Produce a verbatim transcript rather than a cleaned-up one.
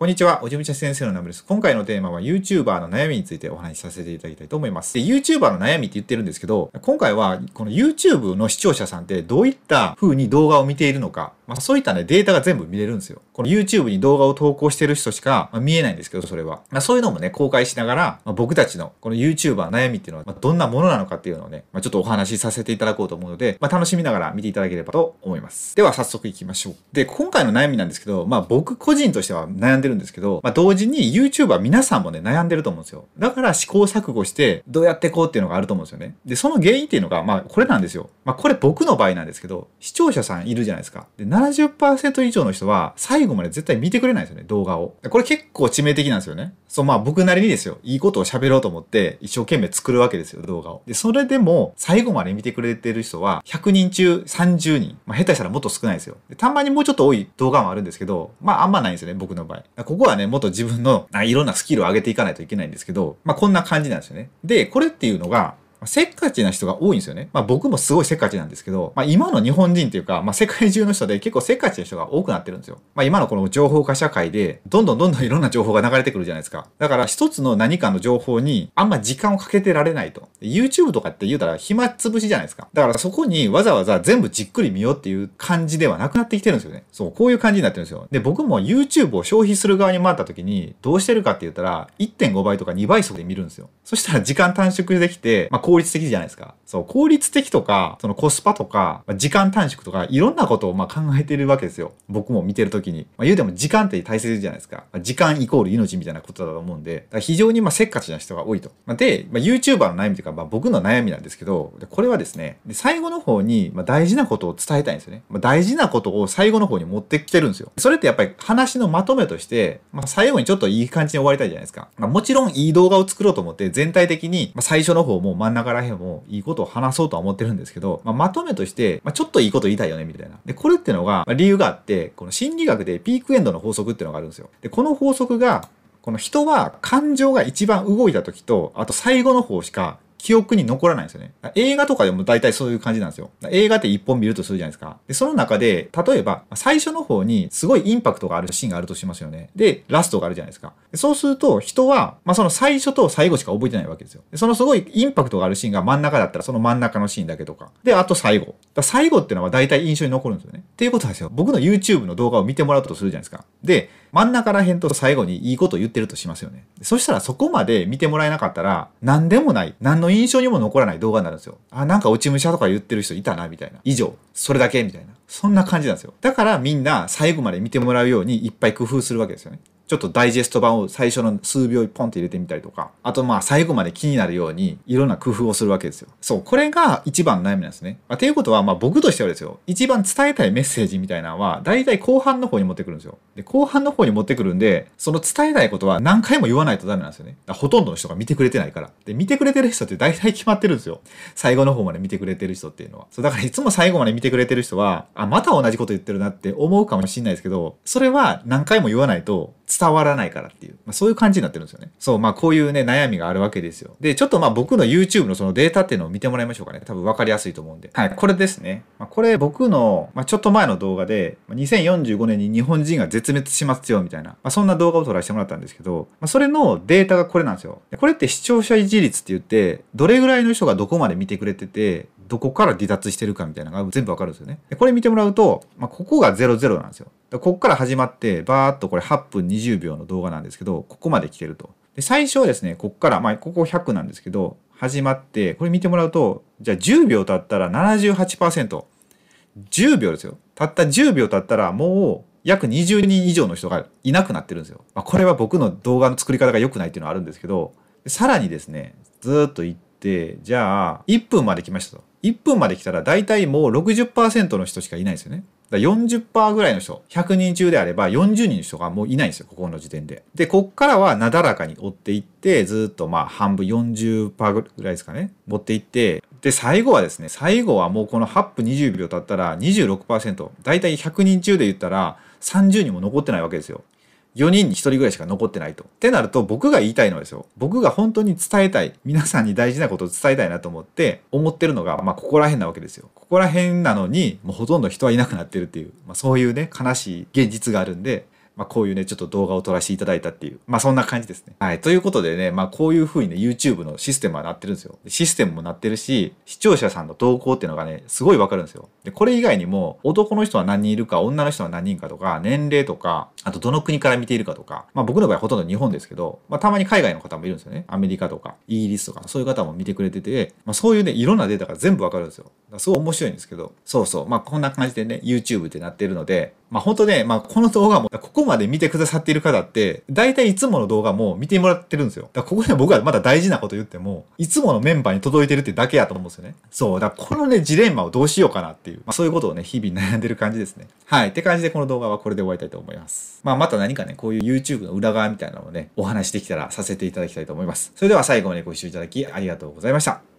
こんにちは、おじむちゃ先生のナムです。今回のテーマは YouTuber の悩みについてお話しさせていただきたいと思います。で、YouTuber の悩みって言ってるんですけど、今回はこの YouTube の視聴者さんってどういった風に動画を見ているのか、まあ、そういったね、データが全部見れるんですよ。この YouTube に動画を投稿してる人しか、まあ、見えないんですけど、それは。まあ、そういうのもね、公開しながら、まあ、僕たちのこの YouTuber の悩みっていうのは、まあ、どんなものなのかっていうのをね、まあ、ちょっとお話しさせていただこうと思うので、まあ、楽しみながら見ていただければと思います。では早速いきましょう。で、今回の悩みなんですけど、まあ僕個人としては悩んでるんですけど、まあ同時に YouTuber 皆さんもね、悩んでると思うんですよ。だから試行錯誤してどうやってこうっていうのがあると思うんですよね。で、その原因っていうのが、まあこれなんですよ。まあこれ僕の場合なんですけど、視聴者さんいるじゃないですか。で、ななじゅっパーセント以上の人は最後まで絶対見てくれないんですよね、動画を。これ結構致命的なんですよね。そう、まあ僕なりにですよ。いいことを喋ろうと思って一生懸命作るわけですよ、動画を。で、それでも最後まで見てくれてる人はひゃくにん中さんじゅうにん。まあ下手したらもっと少ないですよ。で、たまにもうちょっと多い動画もあるんですけど、まああんまないんですよね、僕の場合。ここはね、もっと自分のいろんなスキルを上げていかないといけないんですけど、まあこんな感じなんですよね。で、これっていうのが、せっかちな人が多いんですよね。まあ僕もすごいせっかちなんですけど、まあ今の日本人っていうか、まあ世界中の人で結構せっかちな人が多くなってるんですよ。まあ今のこの情報化社会で、どんどんどんどんいろんな情報が流れてくるじゃないですか。だから一つの何かの情報にあんま時間をかけてられないと。YouTube とかって言うたら暇つぶしじゃないですか。だからそこにわざわざ全部じっくり見ようっていう感じではなくなってきてるんですよね。そう、こういう感じになってるんですよ。で、僕も YouTube を消費する側に回った時にどうしてるかって言ったら いってんご 倍とかにばい速で見るんですよ。そしたら時間短縮できて、まあ効率的じゃないですか。そう、効率的とか、そのコスパとか、時間短縮とか、いろんなことをまあ考えてるわけですよ。僕も見てるときに。まあ言うても時間って大切じゃないですか。時間イコール命みたいなことだと思うんで、だから非常にまあせっかちな人が多いと。で、まあ、YouTuber の悩みというか、まあ僕の悩みなんですけど、これはですね、で最後の方にまあ大事なことを伝えたいんですよね。まあ、大事なことを最後の方に持ってきてるんですよ。それってやっぱり話のまとめとして、まあ最後にちょっといい感じに終わりたいじゃないですか。まあもちろんいい動画を作ろうと思って全体的に、まあ、最初の方も真ん中ら辺もいいことを話そうとは思ってるんですけど、まあ、まとめとして、まあ、ちょっといいこと言いたいよねみたいな。で、これっていうのが、まあ、理由があって、この心理学でピークエンドの法則っていうのがあるんですよ。で、この法則が、この人は感情が一番動いた時と、あと最後の方しか記憶に残らないんですよね。映画とかでも大体そういう感じなんですよ。映画って一本見るとするじゃないですか。で、その中で、例えば、最初の方にすごいインパクトがあるシーンがあるとしますよね。で、ラストがあるじゃないですか。そうすると、人は、まあ、その最初と最後しか覚えてないわけですよ。でそのすごいインパクトがあるシーンが真ん中だったら、その真ん中のシーンだけとか。で、あと最後。だ最後っていうのは大体印象に残るんですよね。っていうことなんですよ。僕の YouTube の動画を見てもらうとするじゃないですか。で、真ん中ら辺と最後にいいことを言ってるとしますよね。そしたらそこまで見てもらえなかったら、何でもない、何の印象にも残らない動画になるんですよ。あ、なんか落ち武者とか言ってる人いたな、みたいな。以上。それだけみたいな。そんな感じなんですよ。だからみんな最後まで見てもらうようにいっぱい工夫するわけですよね。ちょっとダイジェスト版を最初の数秒ポンって入れてみたりとか、あとまあ最後まで気になるようにいろんな工夫をするわけですよ。そう、これが一番の悩みなんですね。まあ、っていうことはまあ僕としてはですよ、一番伝えたいメッセージみたいなのは大体後半の方に持ってくるんですよ。で、後半の方に持ってくるんで、その伝えたいことは何回も言わないとダメなんですよね。ほとんどの人が見てくれてないから。で、見てくれてる人って大体決まってるんですよ。最後の方まで見てくれてる人っていうのは。そう、だからいつも最後まで見てくれてる人は、あ、また同じこと言ってるなって思うかもしれないですけど、それは何回も言わないと伝わらないからっていう、まあ、そういう感じになってるんですよね。そう、まあこういうね、悩みがあるわけですよ。で、ちょっとまあ僕の YouTube のそのデータっていうのを見てもらいましょうかね。多分分かりやすいと思うんで。はい、これですね。まあ、これ僕の、まあ、ちょっと前の動画で、にせんよんじゅうごねんに日本人が絶滅しますよみたいな、まあ、そんな動画を撮らせてもらったんですけど、まあ、それのデータがこれなんですよ。これって視聴者維持率って言って、どれぐらいの人がどこまで見てくれてて、どこから離脱してるかみたいなのが全部わかるんですよね。でこれ見てもらうと、まあ、ここがゼロゼロなんですよ。ここから始まって、バーっとこれはっぷんにじゅうびょうの動画なんですけど、ここまで来てると。で最初はですね、ここから、まあ、ここひゃくなんですけど、始まって、これ見てもらうと、じゃあじゅうびょう経ったら ななじゅうはちパーセント。じゅうびょうですよ。たったじゅうびょう経ったらもう約にじゅうにん以上の人がいなくなってるんですよ。まあ、これは僕の動画の作り方が良くないっていうのはあるんですけど、さらにですね、ずーっと行って、じゃあいっぷんまで来ましたと。いっぷんまで来たら大体もう ろくじゅっパーセント の人しかいないんですよね。だから よんじゅっパーセント ぐらいの人、ひゃくにん中であればよんじゅうにんの人がもういないんですよ、ここの時点で。で、こっからはなだらかに追っていって、ずっとまあ半分 よんじゅっパーセント ぐらいですかね、持っていって、で、最後はですね、最後はもうこのはっぷんにじゅうびょう経ったら にじゅうろくパーセント、だいたいひゃくにん中で言ったらさんじゅうにんも残ってないわけですよ。よにんにひとりぐらいしか残ってないと。ってなると僕が言いたいのはですよ。僕が本当に伝えたい。皆さんに大事なことを伝えたいなと思って思ってるのが、まあここら辺なわけですよ。ここら辺なのに、もうほとんど人はいなくなってるっていう、まあそういうね、悲しい現実があるんで、 まあこういうね、ちょっと動画を撮らせていただいたっていう、まあそんな感じですね。はい。ということでね、まあこういう風にね、YouTube のシステムはなってるんですよ。システムもなってるし、視聴者さんの動向っていうのがね、すごいわかるんですよ。で、これ以外にも、男の人は何人いるか、女の人は何人かとか、年齢とか、あとどの国から見ているかとか、まあ僕の場合ほとんど日本ですけど、まあたまに海外の方もいるんですよね。アメリカとか、イギリスとか、そういう方も見てくれてて、まあそういうね、いろんなデータが全部わかるんですよ。だからすごい面白いんですけど、そうそう、まあこんな感じでね、YouTube ってなってるので、まあ本当ね、まあこの動画も、ここまで見てくださっている方って、大体いつもの動画も見てもらってるんですよ。だからここで僕はまだ大事なこと言っても、いつものメンバーに届いてるってだけやと思うんですよね。そう、だからこのね、ジレンマをどうしようかなっていう、まあそういうことをね、日々悩んでる感じですね。はい。って感じでこの動画はこれで終わりたいと思います。まあまた何かね、こういう YouTube の裏側みたいなのをね、お話できたらさせていただきたいと思います。それでは最後までご視聴いただきありがとうございました。